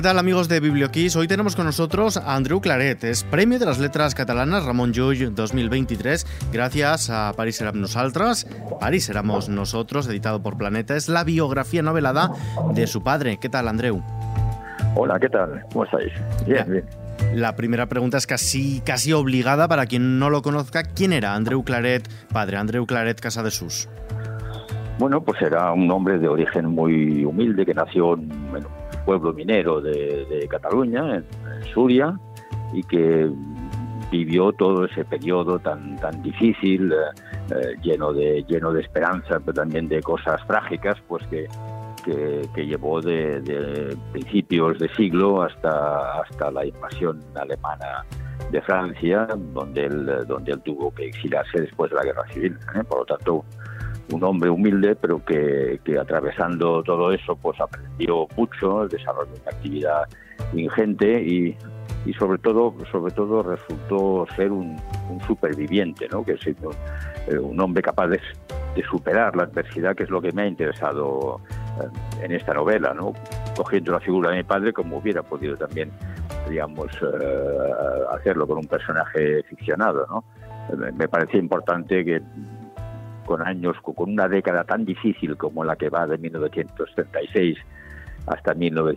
¿qué tal, amigos de Biblioquiz? Hoy tenemos con nosotros a Andreu Claret. Es Premio de las Letras Catalanas Ramon Llull 2023, gracias a París éramos nosaltres, París éramos nosotros, editado por Planeta. Es la biografía novelada de su padre. ¿Qué tal, Andreu? Hola, ¿qué tal? ¿Cómo estáis? Bien, bien. La primera pregunta es casi obligada para quien no lo conozca. ¿Quién era Andreu Claret, padre, Andreu Claret Casadesús? Bueno, pues era un hombre de origen muy humilde que nació en un pueblo minero de Cataluña, en Súria, y que vivió todo ese periodo tan difícil, lleno de esperanza, pero también de cosas trágicas, pues que llevó de principios de siglo hasta la invasión alemana de Francia, donde él tuvo que exiliarse después de la Guerra Civil. Por lo tanto, un hombre humilde, pero que atravesando todo eso, pues aprendió mucho, desarrolló una actividad ingente y sobre todo resultó ser un superviviente, ¿no? Que es un hombre capaz de superar la adversidad, que es lo que me ha interesado en esta novela, ¿no? Cogiendo la figura de mi padre, como hubiera podido también, digamos, hacerlo con un personaje ficcionado, ¿no? Me parecía importante que con una década tan difícil como la que va de 1936 hasta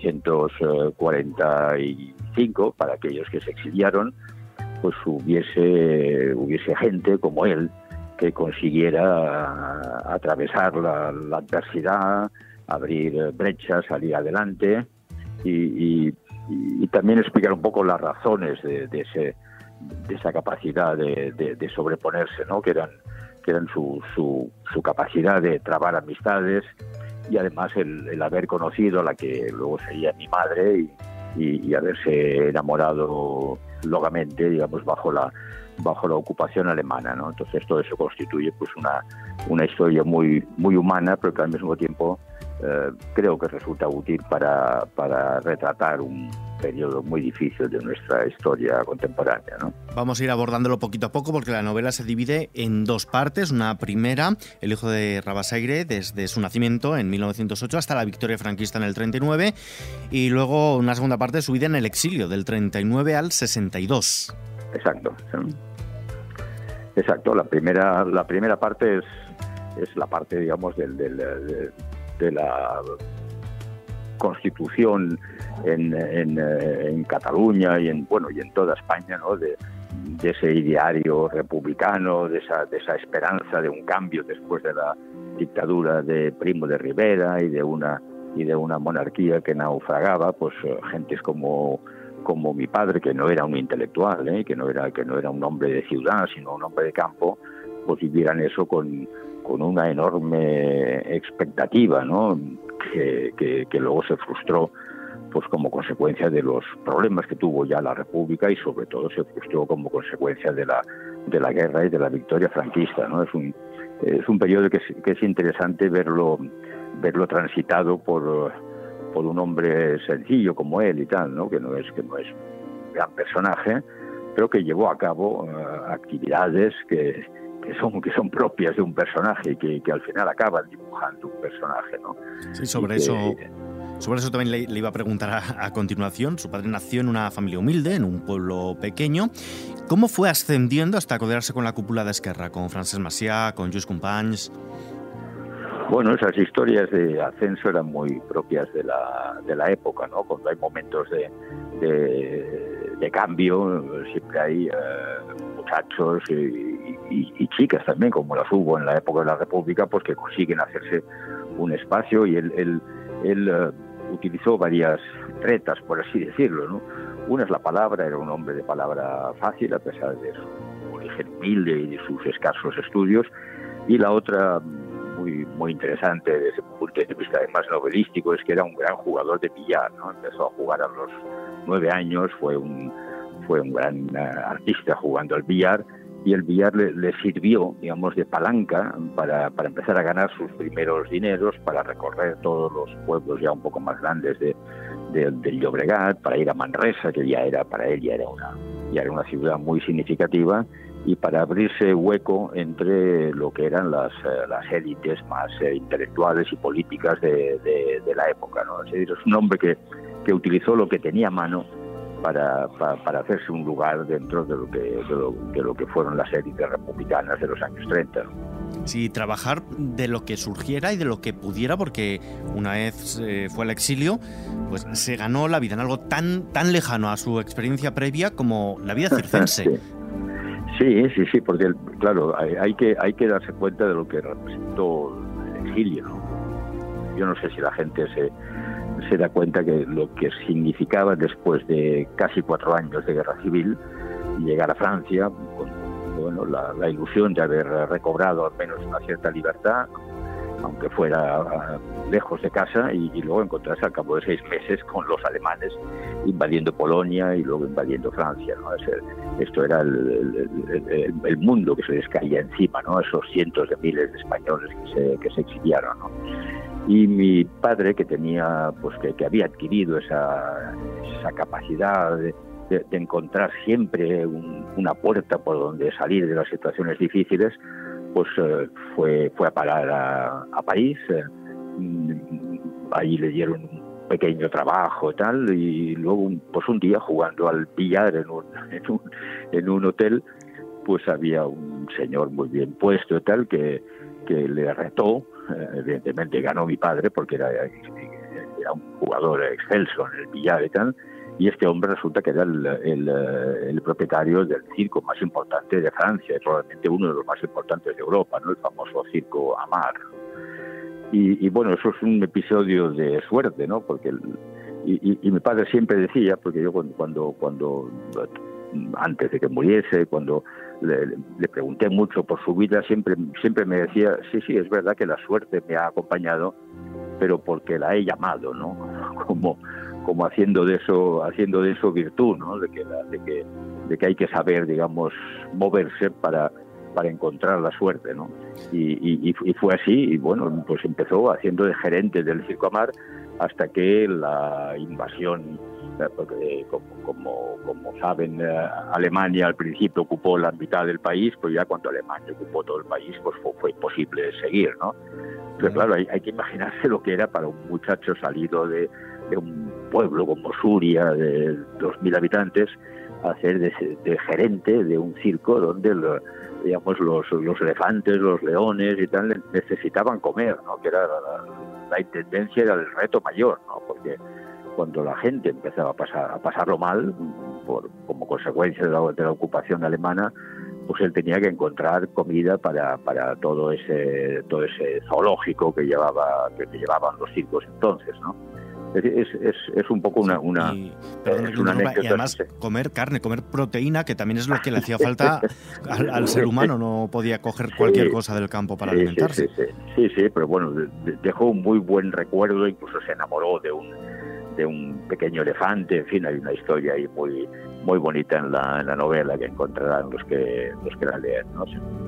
1945, para aquellos que se exiliaron, pues hubiese gente como él que consiguiera atravesar la adversidad, abrir brechas, salir adelante y también explicar un poco las razones de esa capacidad de sobreponerse, ¿no? que eran su capacidad de trabar amistades y además el haber conocido a la que luego sería mi madre y haberse enamorado locamente, digamos, bajo la ocupación alemana, ¿no? Entonces todo eso constituye pues una historia muy humana, pero que al mismo tiempo creo que resulta útil para retratar un periodo muy difícil de nuestra historia contemporánea, ¿no? Vamos a ir abordándolo poquito a poco porque la novela se divide en dos partes. Una primera, el hijo de Rabassaire, desde su nacimiento en 1908 hasta la victoria franquista en el 39, y luego una segunda parte, su vida en el exilio, del 39 al 62. Exacto. La primera parte es la parte, digamos, de la constitución en Cataluña y en toda España, ¿no? De ese ideario republicano, de esa esperanza de un cambio después de la dictadura de Primo de Rivera y de una monarquía que naufragaba, pues gentes como mi padre, que no era un intelectual, que no era un hombre de ciudad, sino un hombre de campo, pues vivieran eso con una enorme expectativa, ¿no? Que luego se frustró, pues como consecuencia de los problemas que tuvo ya la República y sobre todo se frustró como consecuencia de la guerra y de la victoria franquista, ¿no? Es un periodo que es interesante verlo transitado por un hombre sencillo como él y tal, ¿no? Que no es un gran personaje, pero que llevó a cabo actividades que son propias de un personaje y que al final acaban dibujando un personaje, ¿no? Sí, sobre eso también le iba a preguntar a continuación. Su padre nació en una familia humilde, en un pueblo pequeño. ¿Cómo fue ascendiendo hasta codearse con la cúpula de Esquerra, con Francesc Macià, con Lluís Companys? Bueno, esas historias de ascenso eran muy propias de la época, ¿no? Cuando hay momentos de cambio, siempre hay muchachos y chicas también, como las hubo en la época de la República, pues que consiguen hacerse un espacio, y él utilizó varias tretas, por así decirlo, ¿no? Una es la palabra, era un hombre de palabra fácil, a pesar de su origen humilde y de sus escasos estudios, y la otra, muy interesante desde un punto de vista más novelístico, es que era un gran jugador de billar, ¿no? Empezó a jugar a los 9 años, fue un gran artista jugando al billar, y el billar le sirvió, digamos, de palanca para empezar a ganar sus primeros dineros, para recorrer todos los pueblos ya un poco más grandes del Llobregat, para ir a Manresa, que para él ya era una ciudad muy significativa, y para abrirse hueco entre lo que eran las élites más intelectuales y políticas de la época, ¿no? Es decir, es un hombre que utilizó lo que tenía a mano para hacerse un lugar dentro de lo que fueron las élites republicanas de los años 30. Sí, trabajar de lo que surgiera y de lo que pudiera, porque una vez fue al exilio, pues se ganó la vida en algo tan lejano a su experiencia previa como la vida circense. Sí, porque claro, hay que darse cuenta de lo que representó el exilio, ¿no? Yo no sé si la gente se da cuenta que lo que significaba después de casi 4 años de guerra civil llegar a Francia con la ilusión de haber recobrado al menos una cierta libertad, aunque fuera lejos de casa, y luego encontrarse al cabo de 6 meses con los alemanes invadiendo Polonia y luego invadiendo Francia, ¿no? Esto era el mundo que se les caía encima, ¿no? Esos cientos de miles de españoles que se exiliaron, ¿no? Y mi padre, que tenía, pues que había adquirido esa capacidad de encontrar siempre una puerta por donde salir de las situaciones difíciles, pues fue a parar a París. Ahí le dieron un pequeño trabajo y tal, y luego pues un día jugando al billar en un hotel, pues había un señor muy bien puesto y tal que le retó. Evidentemente ganó mi padre porque era un jugador excelso en el billar y tal, y este hombre resulta que era el propietario del circo más importante de Francia, y probablemente uno de los más importantes de Europa, ¿no? El famoso circo Amar. Y bueno, eso es un episodio de suerte, ¿no? Porque y mi padre siempre decía, porque yo cuando antes de que muriese, cuando le pregunté mucho por su vida, siempre me decía, sí, es verdad que la suerte me ha acompañado, pero porque la he llamado, ¿no? Como haciendo de eso virtud, ¿no? De que hay que saber, digamos, moverse para encontrar la suerte, ¿no? Y fue así, y bueno, pues empezó haciendo de gerente del Circo Amar hasta que la invasión, porque como saben, Alemania al principio ocupó la mitad del país, pues ya cuando Alemania ocupó todo el país, pues fue imposible seguir, ¿no? Pero claro, hay que imaginarse lo que era para un muchacho salido de un pueblo como Suria, de 2.000 habitantes, hacer de gerente de un circo donde digamos los elefantes, los leones y tal necesitaban comer, ¿no? Que era la intendencia, era el reto mayor, ¿no? Porque cuando la gente empezaba a pasarlo mal como consecuencia de la ocupación alemana, pues él tenía que encontrar comida para todo ese zoológico que llevaban los circos entonces, ¿no? Es un poco una anécdota. Y además comer carne, comer proteína, que también es lo que le hacía falta al ser humano. No podía coger cualquier cosa del campo para alimentarse. Sí, pero bueno, dejó un muy buen recuerdo, incluso se enamoró de un pequeño elefante. En fin, hay una historia ahí muy muy bonita en la novela que encontrarán los que la lean, ¿no?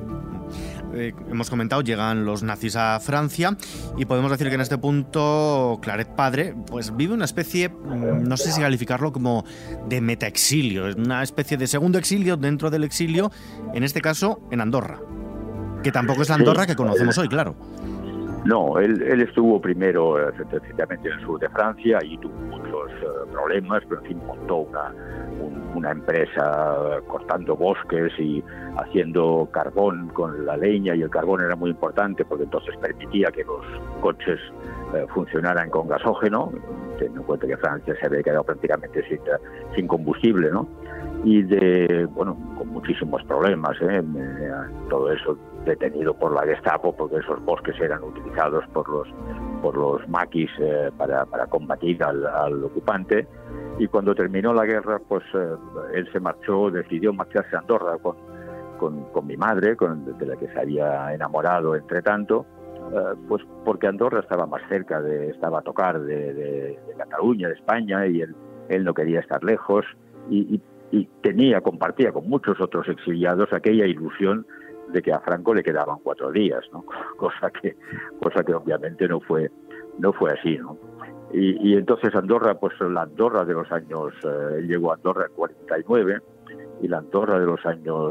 Hemos comentado, llegan los nazis a Francia y podemos decir que en este punto Claret padre pues vive una especie, no sé si calificarlo como de metaexilio, una especie de segundo exilio dentro del exilio, en este caso en Andorra, que tampoco es la Andorra que conocemos hoy, claro. No, él estuvo primero sencillamente en el sur de Francia y tuvo muchos problemas, pero en fin montó una empresa cortando bosques y haciendo carbón con la leña, y el carbón era muy importante porque entonces permitía que los coches funcionaran con gasógeno, teniendo en cuenta que Francia se había quedado prácticamente sin combustible, ¿no? Y con muchísimos problemas, todo eso detenido por la Gestapo, porque esos bosques eran utilizados por los maquis para combatir al ocupante. Y cuando terminó la guerra, pues él decidió marcharse a Andorra con mi madre, de la que se había enamorado entre tanto, pues porque Andorra estaba más cerca, estaba a tocar de Cataluña, de España, y él no quería estar lejos, y compartía con muchos otros exiliados aquella ilusión de que a Franco le quedaban 4 días, ¿no? Cosa que obviamente no fue así, ¿no? Y entonces Andorra, pues la Andorra de los años, él llegó a Andorra en 49, y la Andorra de los años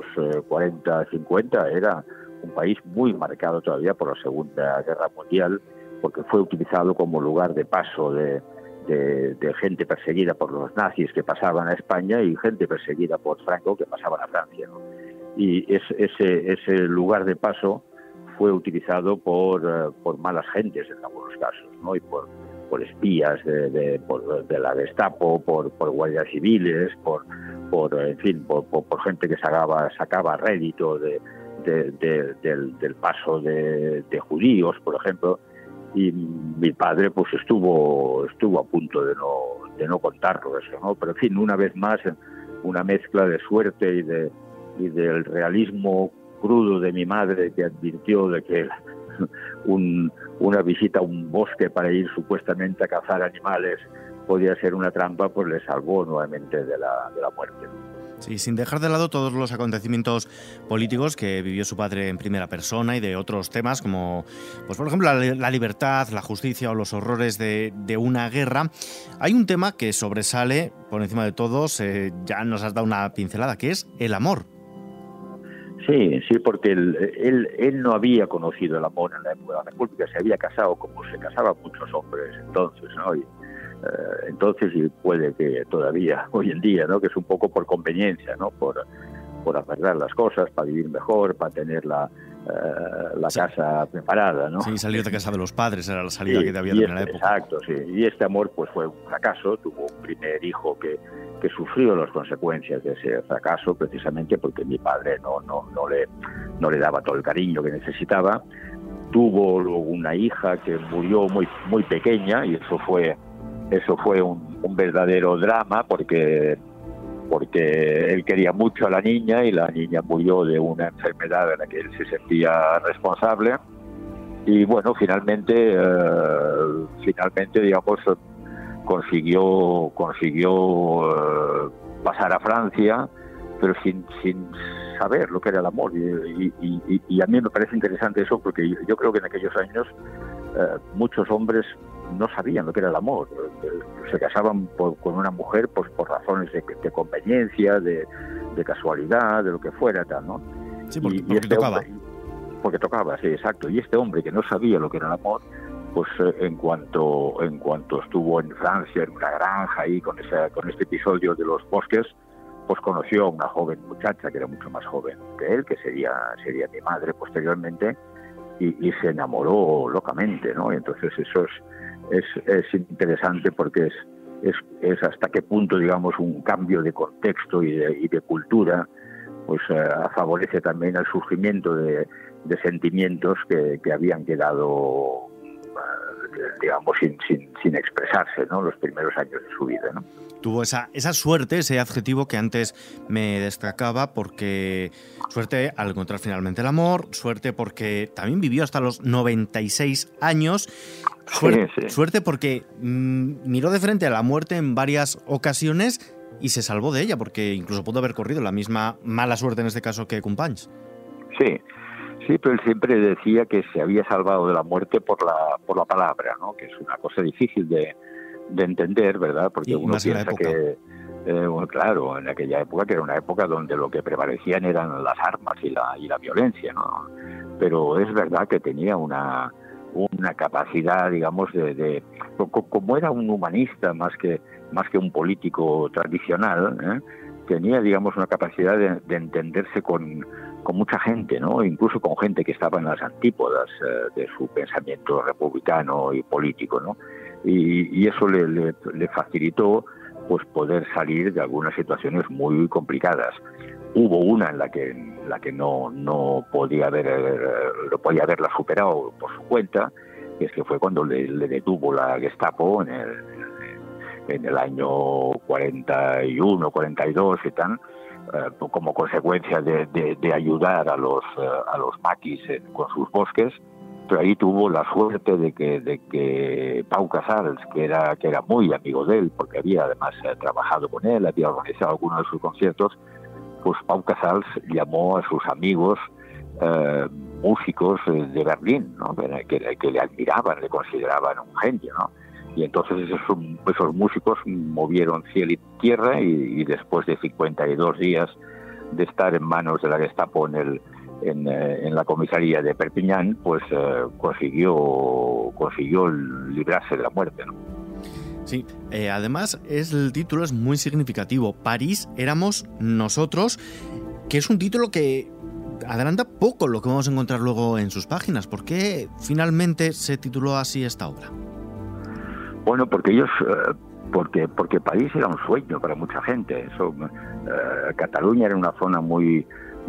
40-50 era un país muy marcado todavía por la Segunda Guerra Mundial, porque fue utilizado como lugar de paso de de gente perseguida por los nazis que pasaban a España y gente perseguida por Franco que pasaban a Francia, ¿no? Y ese lugar de paso fue utilizado por malas gentes en algunos casos, ¿no? Y por espías de la Gestapo, por guardias civiles, por gente que sacaba rédito del paso de judíos, por ejemplo. Y mi padre pues estuvo a punto de no contarlo eso, ¿no? Pero en fin, una vez más, una mezcla de suerte y del realismo crudo de mi madre, que advirtió de que una visita a un bosque para ir supuestamente a cazar animales podía ser una trampa, pues le salvó nuevamente de la muerte. Sí, sin dejar de lado todos los acontecimientos políticos que vivió su padre en primera persona y de otros temas como, pues por ejemplo, la libertad, la justicia o los horrores de una guerra, hay un tema que sobresale por encima de todos, ya nos has dado una pincelada, que es el amor. Sí, porque él no había conocido el amor en la época de la República, se había casado como se casaban muchos hombres entonces, ¿no? Entonces, y puede que todavía hoy en día, ¿no? Que es un poco por conveniencia, ¿no? Por arreglar las cosas, para vivir mejor, para tener la casa preparada, ¿no? Sí, salir de casa de los padres era la salida que había en la época. Exacto, sí. Y este amor pues fue un fracaso. Tuvo un primer hijo que sufrió las consecuencias de ese fracaso, precisamente porque mi padre no le daba todo el cariño que necesitaba. Tuvo luego una hija que murió muy, muy pequeña, y eso fue un verdadero drama, porque él quería mucho a la niña y la niña murió de una enfermedad de la que él se sentía responsable. Y bueno, finalmente digamos, consiguió pasar a Francia, pero sin saber lo que era el amor. Y a mí me parece interesante eso, porque yo creo que en aquellos años muchos hombres no sabían lo que era el amor. Se casaban con una mujer pues por razones de conveniencia, de casualidad, de lo que fuera, tal, ¿no? Sí, porque tocaba. Porque tocaba, sí, exacto. Y este hombre que no sabía lo que era el amor, pues en cuanto estuvo en Francia, en una granja ahí con este episodio de los bosques, pues conoció a una joven muchacha que era mucho más joven que él, que sería mi madre posteriormente, y se enamoró locamente, ¿no? Y entonces eso es interesante, porque es hasta qué punto, digamos, un cambio de contexto y de cultura pues favorece también el surgimiento de sentimientos que habían quedado digamos sin expresarse, ¿no? Los primeros años de su vida, ¿no? Tuvo esa suerte, ese adjetivo que antes me destacaba, porque suerte al encontrar finalmente el amor, suerte porque también vivió hasta los 96 años, suerte porque miró de frente a la muerte en varias ocasiones y se salvó de ella, porque incluso pudo haber corrido la misma mala suerte en este caso que Companys. Sí, pero él siempre decía que se había salvado de la muerte por la palabra, ¿no? Que es una cosa difícil de entender, ¿verdad? Porque uno piensa que, claro, en aquella época, que era una época donde lo que prevalecían eran las armas y la violencia, ¿no? Pero es verdad que tenía una capacidad, digamos, como era un humanista más que un político tradicional, tenía, digamos, una capacidad de entenderse con mucha gente, ¿no? Incluso con gente que estaba en las antípodas de su pensamiento republicano y político, ¿no? Y eso le facilitó pues poder salir de algunas situaciones muy complicadas. Hubo una en la que no podía haberla superado por su cuenta, que es que fue cuando le detuvo la Gestapo en el año 41, 42 y tal, como consecuencia de ayudar a los maquis con sus bosques. Pero ahí tuvo la suerte de que Pau Casals, que era muy amigo de él, porque había además trabajado con él, había organizado algunos de sus conciertos, pues Pau Casals llamó a sus amigos músicos de Berlín, ¿no? que le admiraban, le consideraban un genio, ¿no? Y entonces esos músicos movieron cielo y tierra, y después de 52 días de estar en manos de la Gestapo en la comisaría de Perpiñán, pues consiguió librarse de la muerte, ¿no? Sí, además el título es muy significativo. París éramos nosotros, que es un título que adelanta poco lo que vamos a encontrar luego en sus páginas. ¿Por qué finalmente se tituló así esta obra? Bueno, porque ellos, porque París era un sueño para mucha gente. Cataluña era una zona muy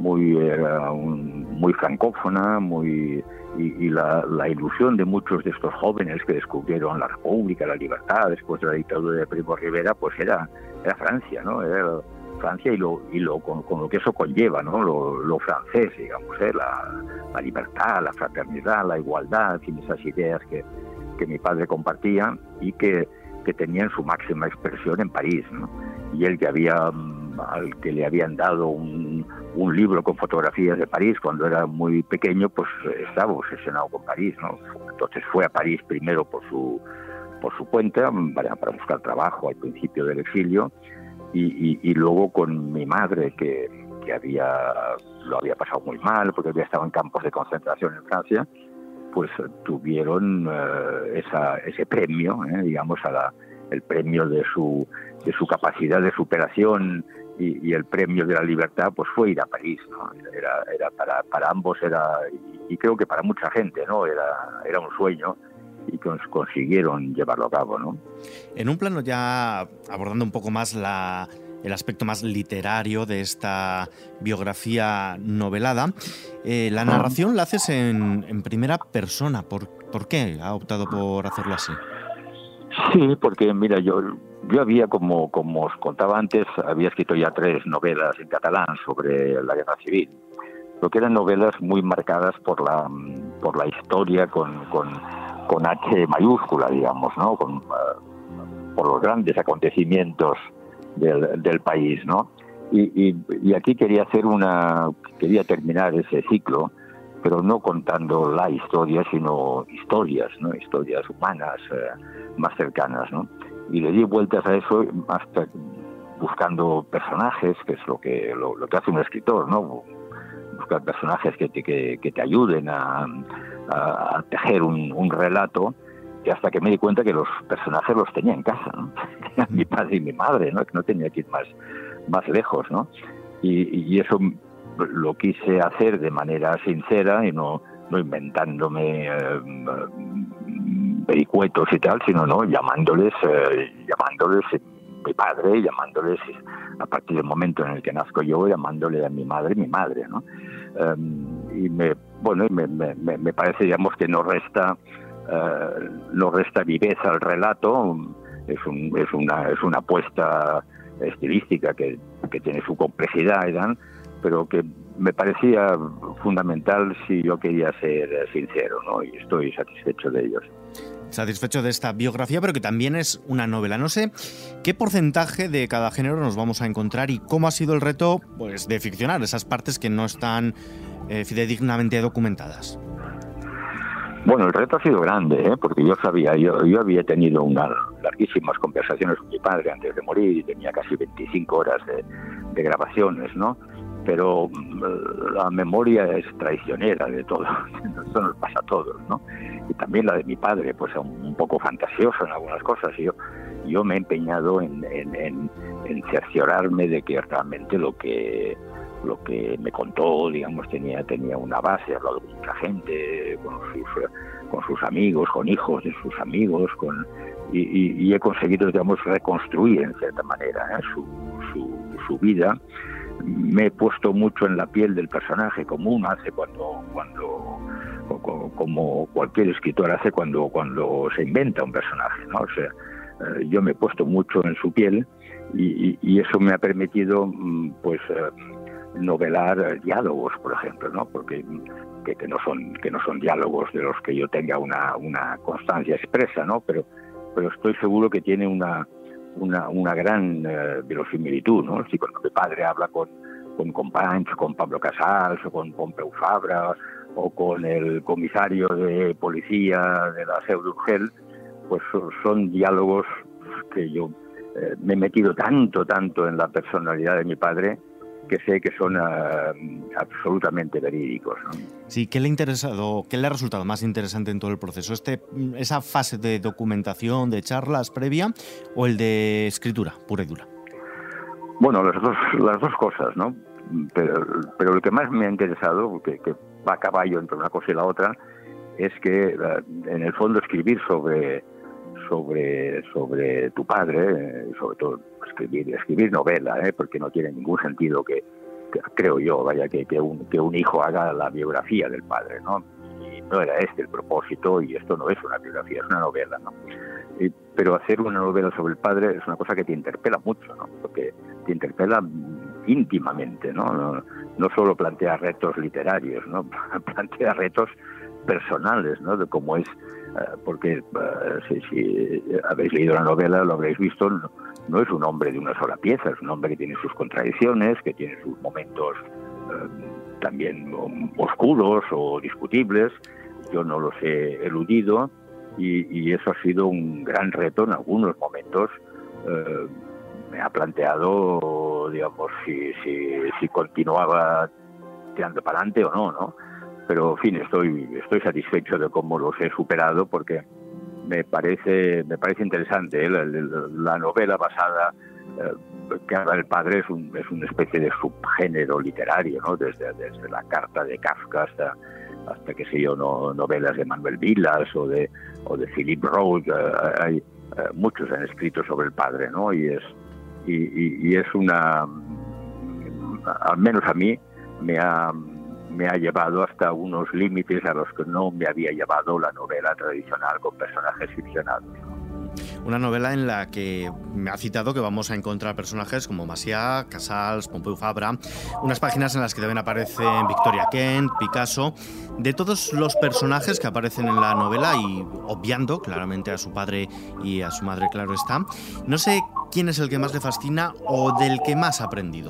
francófona, y la ilusión de muchos de estos jóvenes que descubrieron la República, la libertad después de la dictadura de Primo de Rivera, pues era Francia, ¿no? Era Francia con lo que eso conlleva, ¿no? Lo francés, digamos, la libertad, la fraternidad, la igualdad, y esas ideas que mi padre compartía y que tenían su máxima expresión en París, ¿no? Y él al que le habían dado un libro con fotografías de París cuando era muy pequeño, pues estaba obsesionado con París, ¿no? Entonces fue a París primero por su cuenta para buscar trabajo al principio del exilio y luego con mi madre que lo había pasado muy mal porque había estado en campos de concentración en Francia, pues tuvieron ese premio, digamos, el premio de su capacidad de superación y el premio de la libertad, pues fue ir a París, ¿no? Era para ambos, y creo que para mucha gente, ¿no? Era un sueño y consiguieron llevarlo a cabo, ¿no? En un plano ya abordando un poco más el aspecto más literario de esta biografía novelada, la narración la haces en primera persona. ¿Por qué ha optado por hacerlo así? Sí, porque mira, yo había, como os contaba antes, había escrito ya 3 novelas en catalán sobre la guerra civil, pero que eran novelas muy marcadas por la historia con H mayúscula, digamos, ¿no? Por los grandes acontecimientos del país, ¿no? Y aquí quería terminar ese ciclo, pero no contando la historia, sino historias, ¿no? Historias humanas más cercanas, ¿no? Y le di vueltas a eso hasta buscando personajes, que es lo que hace un escritor, ¿no? Buscar personajes que te ayuden a tejer un relato, y hasta que me di cuenta que los personajes los tenía en casa, ¿no? Mi padre y mi madre, ¿no? Que no tenía que ir más lejos, ¿no? Y eso lo quise hacer de manera sincera y no inventándome vericuetos y tal, sino llamándoles mi padre, llamándoles a partir del momento en el que nazco yo, llamándole a mi madre, ¿no? Y me parece, digamos, que no resta viveza al relato. Es una apuesta estilística que tiene su complejidad, pero que me parecía fundamental si yo quería ser sincero, ¿no? Y estoy satisfecho de ellos. Satisfecho de esta biografía, pero que también es una novela. No sé qué porcentaje de cada género nos vamos a encontrar y cómo ha sido el reto, pues, de ficcionar esas partes que no están fidedignamente documentadas. Bueno, el reto ha sido grande, porque yo había tenido unas larguísimas conversaciones con mi padre antes de morir y tenía casi 25 horas de grabaciones, ¿no? Pero la memoria es traicionera de todo, eso nos pasa a todos, ¿no? Y también la de mi padre, pues un poco fantasiosa en algunas cosas. Y yo me he empeñado en cerciorarme de que realmente lo que me contó, digamos, tenía una base. He hablado con mucha gente, con sus amigos, con hijos de sus amigos, y he conseguido, digamos, reconstruir en cierta manera su vida. Me he puesto mucho en la piel del personaje, como uno hace como cualquier escritor hace cuando se inventa un personaje, ¿no? O sea, yo me he puesto mucho en su piel y eso me ha permitido, pues, novelar diálogos, por ejemplo, ¿no? Porque que no son diálogos de los que yo tenga una constancia expresa, ¿no? Pero estoy seguro que tiene una gran verosimilitud, ¿no? Si cuando mi padre habla con Companys, con Pablo Casals, o con Pompeu Fabra, o con el comisario de policía de la Seu d'Urgell, pues son diálogos que yo me he metido tanto en la personalidad de mi padre que sé que son absolutamente verídicos, ¿no? Sí, ¿qué le ha resultado más interesante en todo el proceso? ¿Esa fase de documentación, de charlas previa, o el de escritura pura y dura? Bueno, las dos cosas, ¿no? Pero lo que más me ha interesado, que va a caballo entre una cosa y la otra, es que en el fondo escribir sobre tu padre, sobre todo escribir novela, porque no tiene ningún sentido que creo yo, que un hijo haga la biografía del padre, ¿no? Y no era este el propósito, y esto no es una biografía, es una novela, ¿no? Pero hacer una novela sobre el padre es una cosa que te interpela mucho, ¿no? Porque te interpela íntimamente, ¿no? No solo plantea retos literarios, ¿no? Plantea retos personales, ¿no? De cómo es, porque si habéis leído la novela, lo habréis visto, no es un hombre de una sola pieza, es un hombre que tiene sus contradicciones, que tiene sus momentos también oscuros o discutibles. Yo no los he eludido, y eso ha sido un gran reto en algunos momentos. Me ha planteado, digamos, si continuaba tirando para adelante o no, ¿no? Pero, en fin, estoy satisfecho de cómo los he superado, porque me parece interesante, ¿eh? La novela basada que habla del padre es una especie de subgénero literario, ¿no? Desde la carta de Kafka hasta qué sé yo, novelas de Manuel Vilas o de Philip Roth. Hay muchos han escrito sobre el padre, ¿no? Y es una, al menos a mí, me ha llevado hasta unos límites a los que no me había llevado la novela tradicional con personajes ficcionados. Una novela en la que me ha citado que vamos a encontrar personajes como Macià, Casals, Pompeu Fabra, unas páginas en las que también aparecen Victoria Kent, Picasso. De todos los personajes que aparecen en la novela, y obviando claramente a su padre y a su madre, claro está, no sé quién es el que más le fascina o del que más ha aprendido.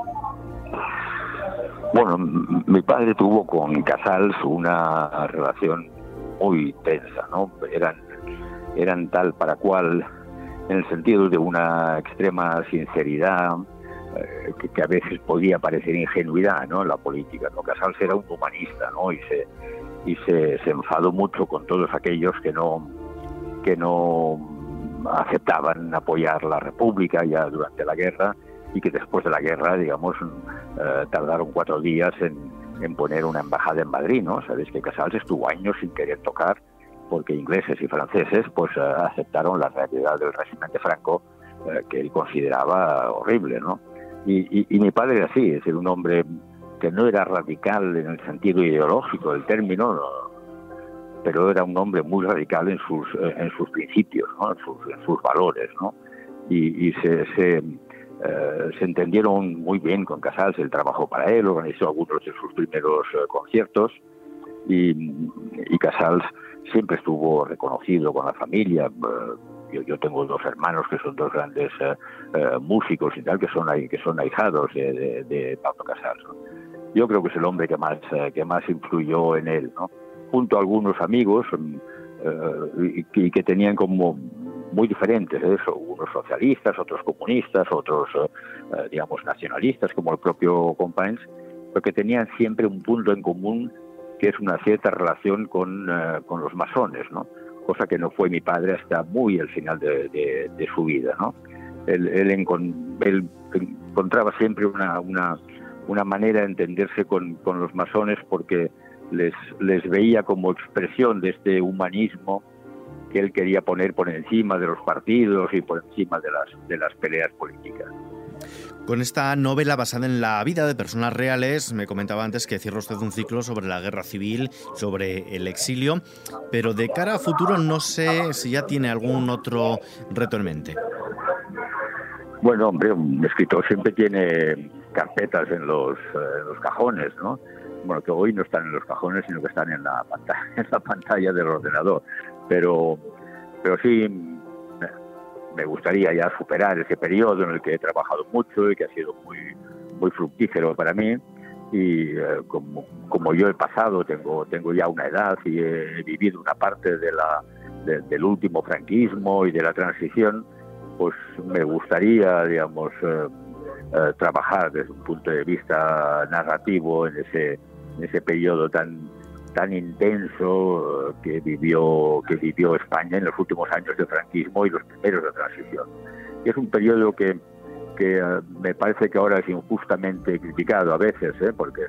Bueno, mi padre tuvo con Casals una relación muy tensa, ¿no? Eran tal para cual, en el sentido de una extrema sinceridad, que a veces podía parecer ingenuidad, ¿no? En la política, ¿no? Casals era un humanista, ¿no? Y se enfadó mucho con todos aquellos que no aceptaban apoyar la República ya durante la guerra, y que después de la guerra, digamos, tardaron 4 días en poner una embajada en Madrid, ¿no? Sabéis que Casals estuvo años sin querer tocar, porque ingleses y franceses pues aceptaron la realidad del régimen de Franco, que él consideraba horrible, ¿no? Y mi padre era así, es decir, un hombre que no era radical en el sentido ideológico del término, pero era un hombre muy radical en sus principios, ¿no? en sus valores, ¿no? Y se entendieron muy bien con Casals. Él trabajó para él, organizó algunos de sus primeros conciertos, y Casals siempre estuvo reconocido con la familia. Yo tengo 2 hermanos que son 2 grandes músicos y tal, que son ahijados de Pablo Casals, ¿no? Yo creo que es el hombre que más influyó en él, ¿no? Junto a algunos amigos y que tenían como muy diferentes, eso, unos socialistas, otros comunistas, otros digamos nacionalistas, como el propio Companys, pero que tenían siempre un punto en común, que es una cierta relación con los masones, ¿no? Cosa que no fue mi padre hasta muy al final de su vida, ¿no? Él encontraba siempre una manera de entenderse con los masones, porque les veía como expresión de este humanismo que él quería poner por encima de los partidos y por encima de las peleas políticas. Con esta novela basada en la vida de personas reales, me comentaba antes que cierra usted un ciclo sobre la guerra civil, sobre el exilio, pero de cara a futuro no sé si ya tiene algún otro reto en mente. Bueno, hombre, un escritor siempre tiene carpetas en los cajones, ¿no? Bueno, que hoy no están en los cajones, sino que están en la pantalla del ordenador. Pero sí, me gustaría ya superar ese periodo en el que he trabajado mucho y que ha sido muy, muy fructífero para mí. Y como yo he pasado, tengo ya una edad y he vivido una parte del último franquismo y de la transición, pues me gustaría, digamos, trabajar desde un punto de vista narrativo en ese periodo tan intenso que vivió España en los últimos años del franquismo y los primeros de transición. Y es un periodo que me parece que ahora es injustamente criticado a veces, porque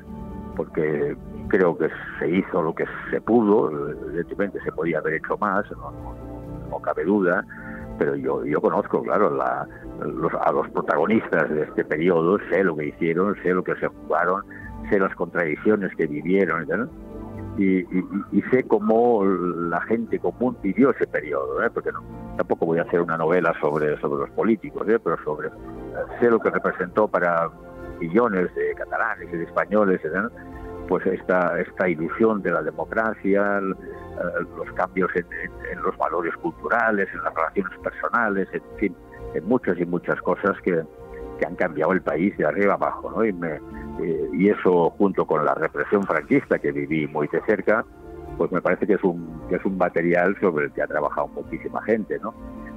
creo que se hizo lo que se pudo. Evidentemente se podía haber hecho más, no cabe duda, pero yo conozco, claro, a los protagonistas de este periodo, sé lo que hicieron, sé lo que se jugaron, sé las contradicciones que vivieron, ¿no? Y sé cómo la gente común vivió ese periodo, porque tampoco voy a hacer una novela sobre los políticos, pero sé lo que representó para millones de catalanes y de españoles, pues esta ilusión de la democracia, los cambios en los valores culturales, en las relaciones personales, en fin, en muchas y muchas cosas que han cambiado el país de arriba abajo, ¿no? Y eso, junto con la represión franquista que viví muy de cerca, pues me parece que es un material sobre el que ha trabajado muchísima gente, ¿no?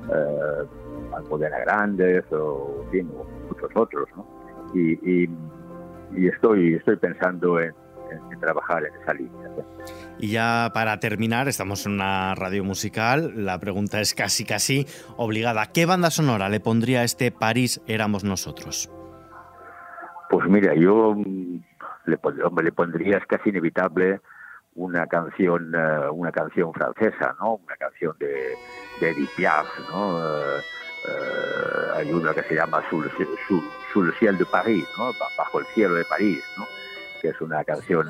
Almudena Grandes o, en fin, muchos otros, ¿no? Y estoy pensando en trabajar en esa línea, ¿no? Y ya para terminar, estamos en una radio musical, la pregunta es casi obligada. ¿Qué banda sonora le pondría a este París éramos nosotros? Pues mira, yo le pondría, es casi inevitable, una canción francesa, ¿no? Una canción de Edith Piaf, ¿no? Hay una que se llama Sous le ciel de Paris, ¿no? Bajo el cielo de París, ¿no? Que es una canción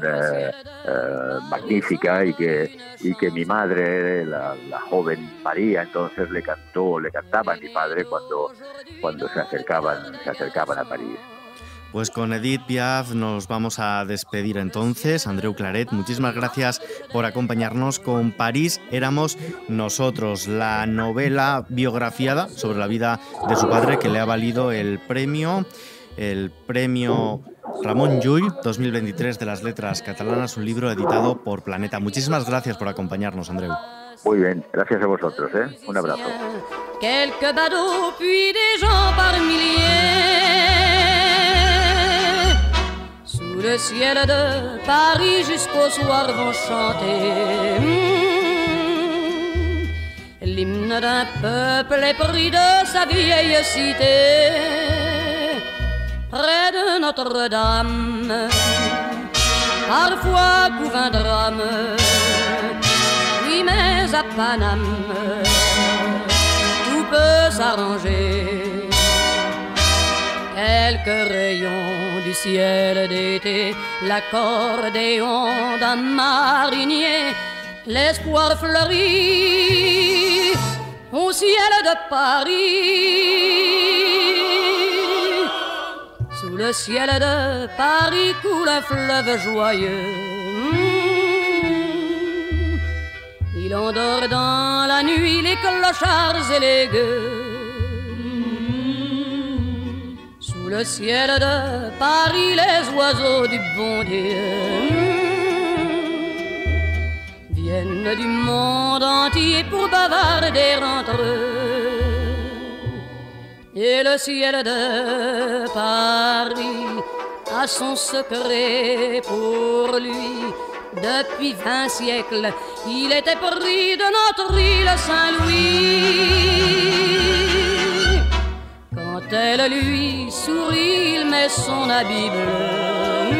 magnífica y que mi madre, la joven María, entonces le cantaba a mi padre cuando se acercaban a París. Pues con Edith Piaf nos vamos a despedir entonces. Andreu Claret, muchísimas gracias por acompañarnos con París éramos nosotros, la novela biografiada sobre la vida de su padre que le ha valido el premio Ramon Llull 2023 de las letras catalanas, un libro editado por Planeta. Muchísimas gracias por acompañarnos, Andreu. Muy bien, gracias a vosotros, un abrazo. Quelques badauds, puis des gens par milliers. Sous le ciel de Paris jusqu'au soir vont chanter l'hymne d'un peuple épris de sa vieille cité. Près de Notre-Dame, parfois couvre un drame, oui mais à Paname, tout peut s'arranger. Quelques rayons du ciel d'été, l'accordéon d'un marinier, l'espoir fleurit au ciel de Paris. Sous le ciel de Paris coule un fleuve joyeux. Il endort dans la nuit les clochards et les gueux. Sous le ciel de Paris les oiseaux du bon Dieu viennent du monde entier pour bavarder entre eux. Et le ciel de Paris a son secret pour lui. Depuis 20 siècles, il était pris de notre île Saint-Louis. Quand elle lui sourit, il met son habit bleu.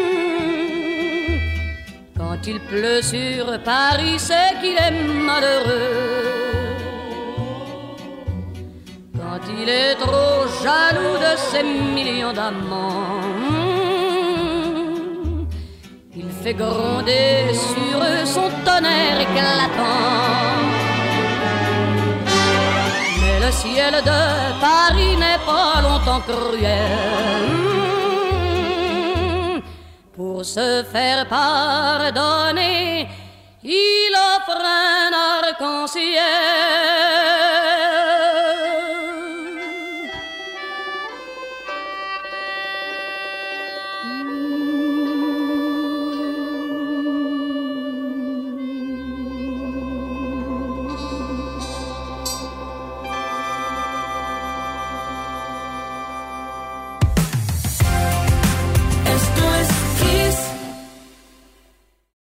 Quand il pleut sur Paris, c'est qu'il est malheureux. Quand il est trop jaloux de ses millions d'amants, il fait gronder sur eux son tonnerre éclatant. Mais le ciel de Paris n'est pas longtemps cruel. Pour se faire pardonner, il offre un arc-en-ciel.